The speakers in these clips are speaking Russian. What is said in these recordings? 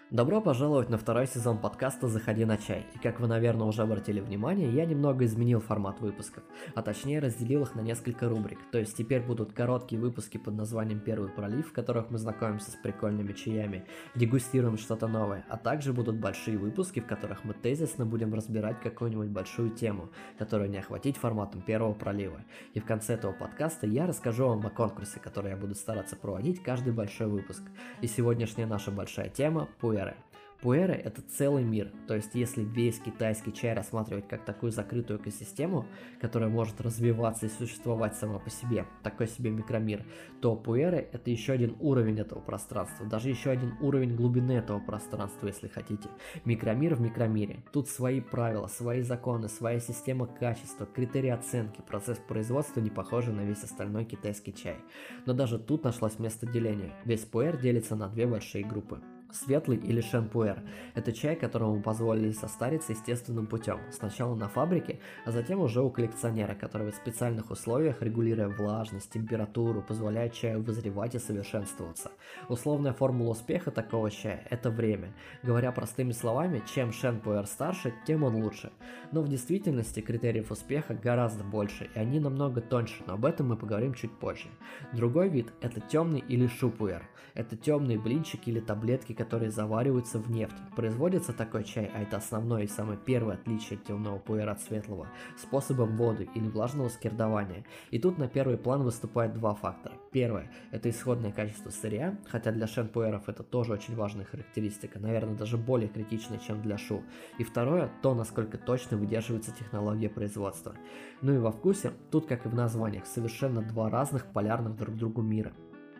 Добро пожаловать на второй сезон подкаста «Заходи на чай». И как вы, наверное, уже обратили внимание, я немного изменил формат выпусков, а точнее разделил их на несколько рубрик. То есть теперь будут короткие выпуски под названием «Первый пролив», в которых мы знакомимся с прикольными чаями, дегустируем что-то новое, а также будут большие выпуски, в которых мы тезисно будем разбирать какую-нибудь большую тему, которую не охватить форматом первого пролива. И в конце этого подкаста я расскажу вам о конкурсе, который я буду стараться проводить каждый большой выпуск. И сегодняшняя наша большая тема – пуэры. Пуэры – это целый мир, то есть если весь китайский чай рассматривать как такую закрытую экосистему, которая может развиваться и существовать сама по себе, такой себе микромир, то пуэры – это еще один уровень этого пространства, даже еще один уровень глубины этого пространства, если хотите. Микромир в микромире. Тут свои правила, свои законы, своя система качества, критерии оценки, процесс производства не похожий на весь остальной китайский чай. Но даже тут нашлось место деления. Весь пуэр делится на две большие группы. Светлый или шен-пуэр – это чай, которому позволили состариться естественным путем, сначала на фабрике, а затем уже у коллекционера, который в специальных условиях, регулируя влажность, температуру, позволяет чаю вызревать и совершенствоваться. Условная формула успеха такого чая – это время. Говоря простыми словами, чем шен-пуэр старше, тем он лучше. Но в действительности критериев успеха гораздо больше, и они намного тоньше, но об этом мы поговорим чуть позже. Другой вид – это темный или шу-пуэр. Это темные блинчики или таблетки, которые завариваются в нефть. Производится такой чай, а это основное и самое первое отличие темного пуэра от светлого, способом воды или влажного скирдования. И тут на первый план выступают два фактора. Первое – это исходное качество сырья, хотя для шен-пуэров это тоже очень важная характеристика, наверное, даже более критичная, чем для шу. И второе – то, насколько точно выдерживается технология производства. Ну и во вкусе, тут как и в названиях, совершенно два разных полярных друг другу мира.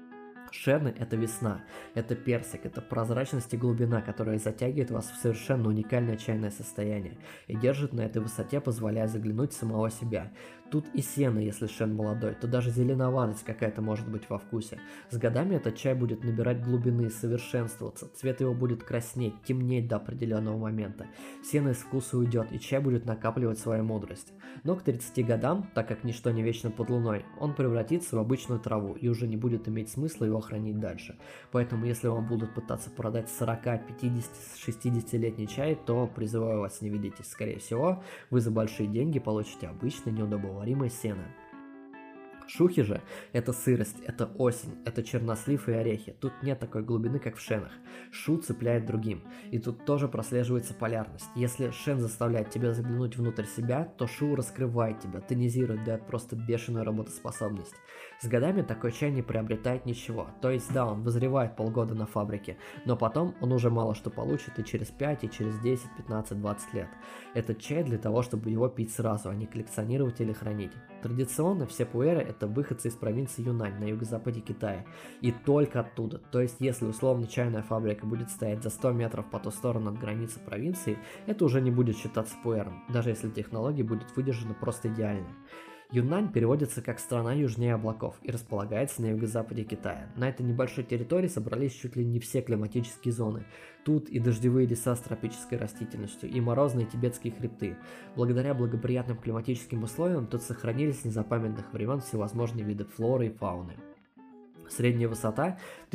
Шены – это весна, это персик, это прозрачность и глубина, которая затягивает вас в совершенно уникальное чайное состояние и держит на этой высоте, позволяя заглянуть в самого себя. Тут и сено, если шен молодой, то даже зеленоватость какая-то может быть во вкусе. С годами этот чай будет набирать глубины, совершенствоваться, цвет его будет краснеть, темнеть до определенного момента. Сено из вкуса уйдет, и чай будет накапливать свою мудрость. Но к 30 годам, так как ничто не вечно под луной, он превратится в обычную траву и уже не будет иметь смысла его хранить дальше. Поэтому если вам будут пытаться продать 40, 50, 60-летний чай, то призываю вас не ведитесь. Скорее всего, вы за большие деньги получите обычное неудобоваримое сено. Шухи же – это сырость, это осень, это чернослив и орехи. Тут нет такой глубины, как в шенах. Шу цепляет другим. И тут тоже прослеживается полярность. Если шен заставляет тебя заглянуть внутрь себя, то шу раскрывает тебя, тонизирует, дает просто бешеную работоспособность. С годами такой чай не приобретает ничего. То есть да, он вызревает полгода на фабрике, но потом он уже мало что получит и через 5, и через 10, 15, 20 лет. Этот чай для того, чтобы его пить сразу, а не коллекционировать или хранить. Традиционно все пуэры – это выходцы из провинции Юнань на юго-западе Китая. И только оттуда. То есть, если условно чайная фабрика будет стоять за 100 метров по ту сторону от границы провинции, это уже не будет считаться пуэром, даже если технология будет выдержана просто идеально. Юннань переводится как «страна южнее облаков» и располагается на юго-западе Китая. На этой небольшой территории собрались чуть ли не все климатические зоны. Тут и дождевые леса с тропической растительностью, и морозные тибетские хребты. Благодаря благоприятным климатическим условиям тут сохранились с незапамятных времен всевозможные виды флоры и фауны. Средняя высота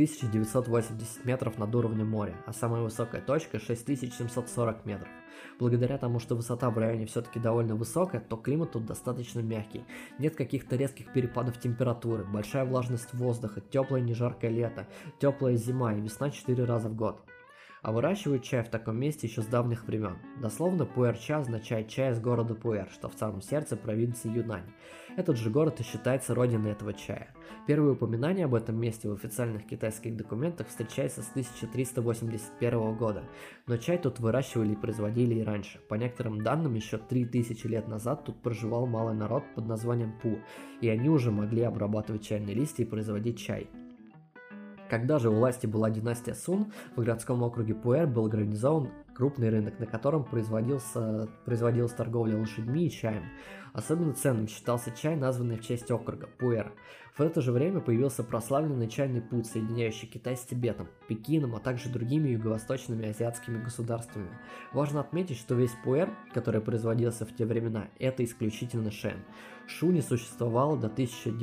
1980 метров над уровнем моря, а самая высокая точка 6740 метров. Благодаря тому, что высота в районе все-таки довольно высокая, то климат тут достаточно мягкий. Нет каких-то резких перепадов температуры, большая влажность воздуха, теплое не жаркое лето, теплая зима и весна 4 раза в год. А выращивают чай в таком месте еще с давних времен. Дословно пуэр-ча означает чай из города Пуэр, что в самом сердце провинции Юнань. Этот же город и считается родиной этого чая. Первые упоминания об этом месте в официальных китайских документах встречаются с 1381 года, но чай тут выращивали и производили и раньше. По некоторым данным, еще 3000 лет назад тут проживал малый народ под названием Пу, и они уже могли обрабатывать чайные листья и производить чай. Когда же у власти была династия Сун, в городском округе Пуэр был организован крупный рынок, на котором производилась торговля лошадьми и чаем. Особенно ценным считался чай, названный в честь округа – Пуэр. В это же время появился прославленный чайный путь, соединяющий Китай с Тибетом, Пекином, а также другими юго-восточными азиатскими государствами. Важно отметить, что весь Пуэр, который производился в те времена, это исключительно шен. Шу не существовало до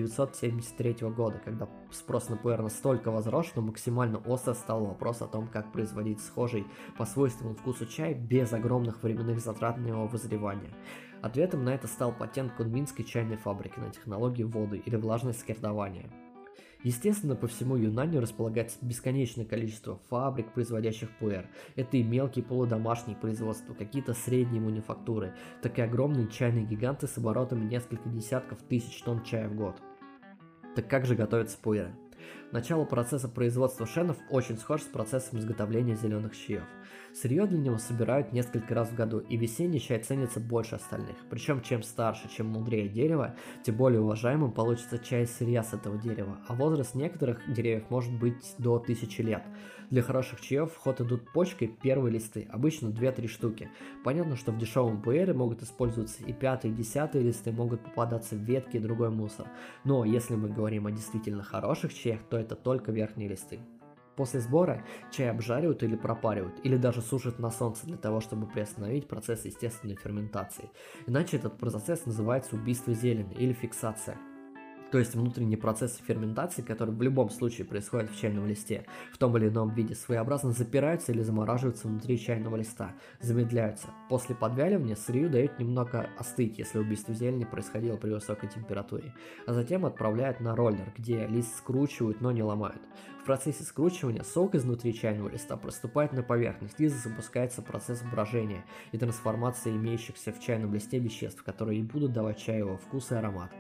1973 года, когда спрос на пуэр настолько возрос, что максимально остро стал вопрос о том, как производить схожий по свойствам и вкусу чай без огромных временных затрат на его вызревание. Ответом на это стал патент Кунминской чайной фабрики на технологии воды или влажность скирдования. Естественно, по всему Юнаню располагается бесконечное количество фабрик, производящих пуэр. Это и мелкие полудомашние производства, какие-то средние мануфактуры, так и огромные чайные гиганты с оборотами несколько десятков тысяч тонн чая в год. Так как же готовятся пуэры? Начало процесса производства шенов очень схож с процессом изготовления зеленых чаев. Сырье для него собирают несколько раз в году, и весенний чай ценится больше остальных. Причем чем старше, чем мудрее дерево, тем более уважаемым получится чай из сырья с этого дерева, а возраст некоторых деревьев может быть до 1000 лет. Для хороших чаев в ход идут почкой первые листы, обычно 2-3 штуки. Понятно, что в дешевом пуэре могут использоваться и 5-й, и 10-й листы, могут попадаться ветки и другой мусор. Но если мы говорим о действительно хороших чаях, то это только верхние листы. После сбора чай обжаривают или пропаривают, или даже сушат на солнце для того, чтобы приостановить процесс естественной ферментации. Иначе этот процесс называется убийство зелени или фиксация. То есть внутренний процесс ферментации, который в любом случае происходит в чайном листе, в том или ином виде, своеобразно запираются или замораживаются внутри чайного листа, замедляются. После подвяливания сырью дают немного остыть, если убийство зелени происходило при высокой температуре, а затем отправляют на роллер, где лист скручивают, но не ломают. В процессе скручивания сок изнутри чайного листа проступает на поверхность и запускается процесс брожения и трансформации имеющихся в чайном листе веществ, которые и будут давать чаю его вкус и аромат.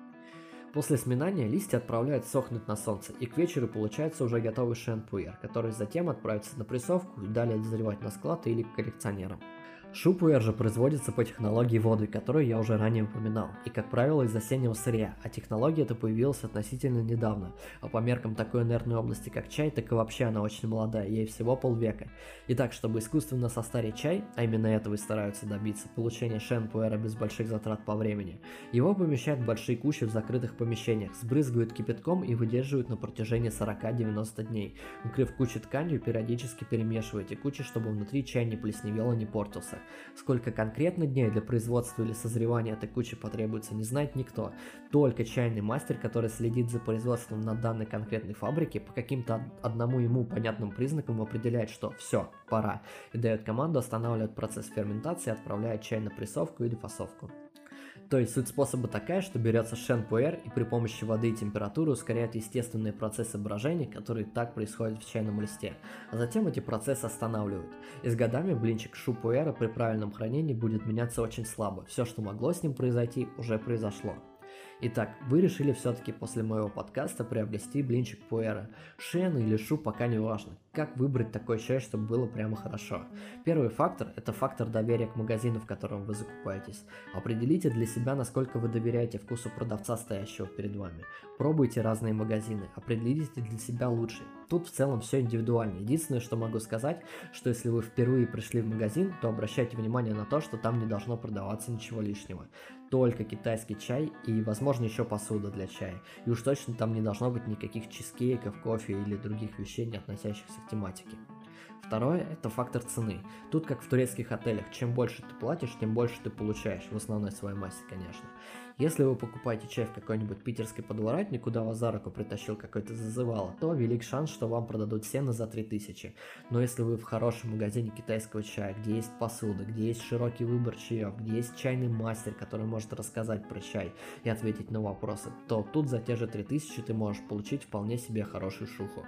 После сминания листья отправляют сохнуть на солнце, и к вечеру получается уже готовый шен-пуэр, который затем отправится на прессовку и далее дозревать на склад или к коллекционерам. Шу-пуэр же производится по технологии воды, которую я уже ранее упоминал, и, как правило, из осеннего сырья, а технология эта появилась относительно недавно, а по меркам такой инертной области, как чай, так и вообще она очень молодая, ей всего полвека. Итак, чтобы искусственно состарить чай, а именно этого и стараются добиться, получения шен-пуэра без больших затрат по времени, его помещают в большие кучи в закрытых помещениях, сбрызгивают кипятком и выдерживают на протяжении 40-90 дней, укрыв кучу тканью, периодически перемешивая эти кучи, чтобы внутри чай не плесневел и не портился. Сколько конкретно дней для производства или созревания этой кучи потребуется, не знает никто. Только чайный мастер, который следит за производством на данной конкретной фабрике, по каким-то одному ему понятным признакам определяет, что все, пора, и дает команду останавливать процесс ферментации и отправляет чай на прессовку или фасовку. То есть суть способа такая, что берется шен-пуэр и при помощи воды и температуры ускоряет естественные процессы брожения, которые так происходят в чайном листе, а затем эти процессы останавливают. И с годами блинчик шу-пуэра при правильном хранении будет меняться очень слабо, все, что могло с ним произойти, уже произошло. Итак, вы решили все-таки после моего подкаста приобрести блинчик пуэра. Шен или шу пока не важно. Как выбрать такой чай, чтобы было прямо хорошо? Первый фактор – это фактор доверия к магазину, в котором вы закупаетесь. Определите для себя, насколько вы доверяете вкусу продавца, стоящего перед вами. Пробуйте разные магазины, определите для себя лучший. Тут в целом все индивидуально. Единственное, что могу сказать, что если вы впервые пришли в магазин, то обращайте внимание на то, что там не должно продаваться ничего лишнего. Только китайский чай и, возможно, еще посуда для чая. И уж точно там не должно быть никаких чизкейков, кофе или других вещей, не относящихся к тематике. Второе – это фактор цены. Тут, как в турецких отелях, чем больше ты платишь, тем больше ты получаешь, в основной своей массе, конечно. Если вы покупаете чай в какой-нибудь питерской подворотне, куда вас за руку притащил какой-то зазывало, то велик шанс, что вам продадут сено за 3000. Но если вы в хорошем магазине китайского чая, где есть посуда, где есть широкий выбор чаев, где есть чайный мастер, который может рассказать про чай и ответить на вопросы, то тут за те же 3000 ты можешь получить вполне себе хорошую шуху.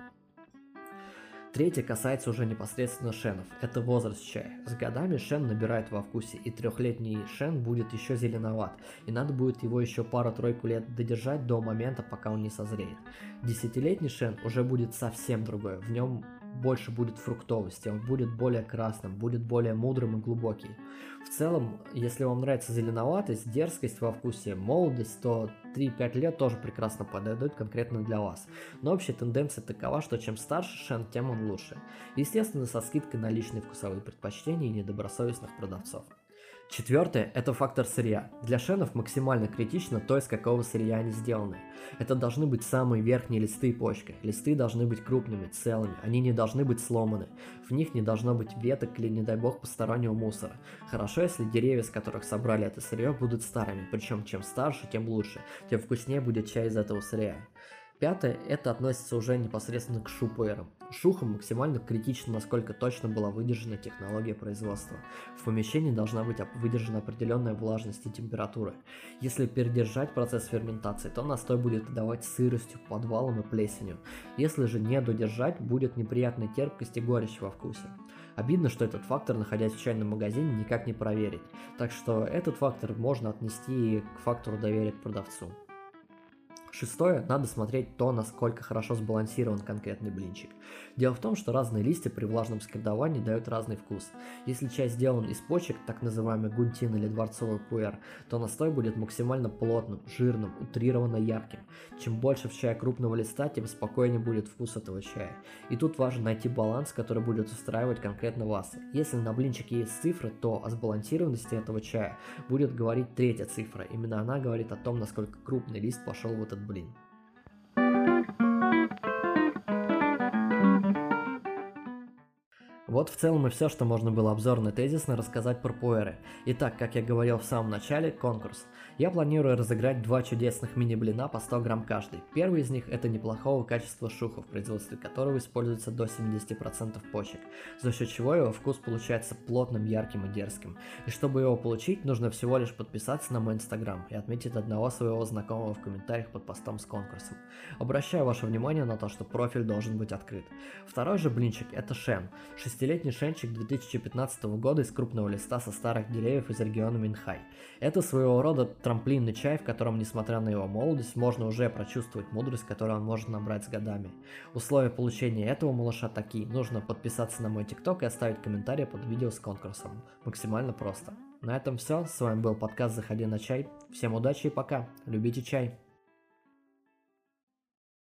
Третье касается уже непосредственно шенов. Это возраст чая. С годами шен набирает во вкусе, и 3-летний шен будет еще зеленоват, и надо будет его еще пару-тройку лет додержать до момента, пока он не созреет. 10-летний шен уже будет совсем другой, в нем больше будет фруктовости, он будет более красным, будет более мудрым и глубокий. В целом, если вам нравится зеленоватость, дерзкость во вкусе, молодость, то 3-5 лет тоже прекрасно подойдут конкретно для вас. Но общая тенденция такова, что чем старше шен, тем он лучше. Естественно, со скидкой на личные вкусовые предпочтения и недобросовестных продавцов. Четвертое – это фактор сырья. Для шенов максимально критично то, из какого сырья они сделаны. Это должны быть самые верхние листы и почка. Листы должны быть крупными, целыми, они не должны быть сломаны. В них не должно быть веток или, не дай бог, постороннего мусора. Хорошо, если деревья, с которых собрали это сырье, будут старыми, причем чем старше, тем лучше, тем вкуснее будет чай из этого сырья. Пятое, это относится уже непосредственно к шупуэрам. Шухам максимально критично, насколько точно была выдержана технология производства. В помещении должна быть выдержана определенная влажность и температура. Если передержать процесс ферментации, то настой будет отдавать сыростью, подвалом и плесенью. Если же не додержать, будет неприятная терпкость и горечь во вкусе. Обидно, что этот фактор, находясь в чайном магазине, никак не проверить. Так что этот фактор можно отнести к фактору доверия к продавцу. Шестое, надо смотреть то, насколько хорошо сбалансирован конкретный блинчик. Дело в том, что разные листья при влажном скредовании дают разный вкус. Если чай сделан из почек, так называемый гунтин или дворцовый пуэр, то настой будет максимально плотным, жирным, утрированно ярким. Чем больше в чае крупного листа, тем спокойнее будет вкус этого чая. И тут важно найти баланс, который будет устраивать конкретно вас. Если на блинчике есть цифры, то о сбалансированности этого чая будет говорить третья цифра. Именно она говорит о том, насколько крупный лист пошел в этот блин. Вот в целом и все, что можно было обзорно и тезисно рассказать про пуэры. Итак, как я говорил в самом начале, конкурс. Я планирую разыграть 2 чудесных мини-блина по 100 грамм каждый. Первый из них это неплохого качества шуха, в производстве которого используется до 70% почек, за счет чего его вкус получается плотным, ярким и дерзким. И чтобы его получить, нужно всего лишь подписаться на мой инстаграм и отметить одного своего знакомого в комментариях под постом с конкурсом. Обращаю ваше внимание на то, что профиль должен быть открыт. Второй же блинчик это шен. 6-летний шенчик 2015 года из крупного листа со старых деревьев из региона Минхай. Это своего рода трамплинный чай, в котором, несмотря на его молодость, можно уже прочувствовать мудрость, которую он может набрать с годами. Условия получения этого малыша такие. Нужно подписаться на мой тикток и оставить комментарий под видео с конкурсом. Максимально просто. На этом все. С вами был подкаст «Заходи на чай». Всем удачи и пока. Любите чай.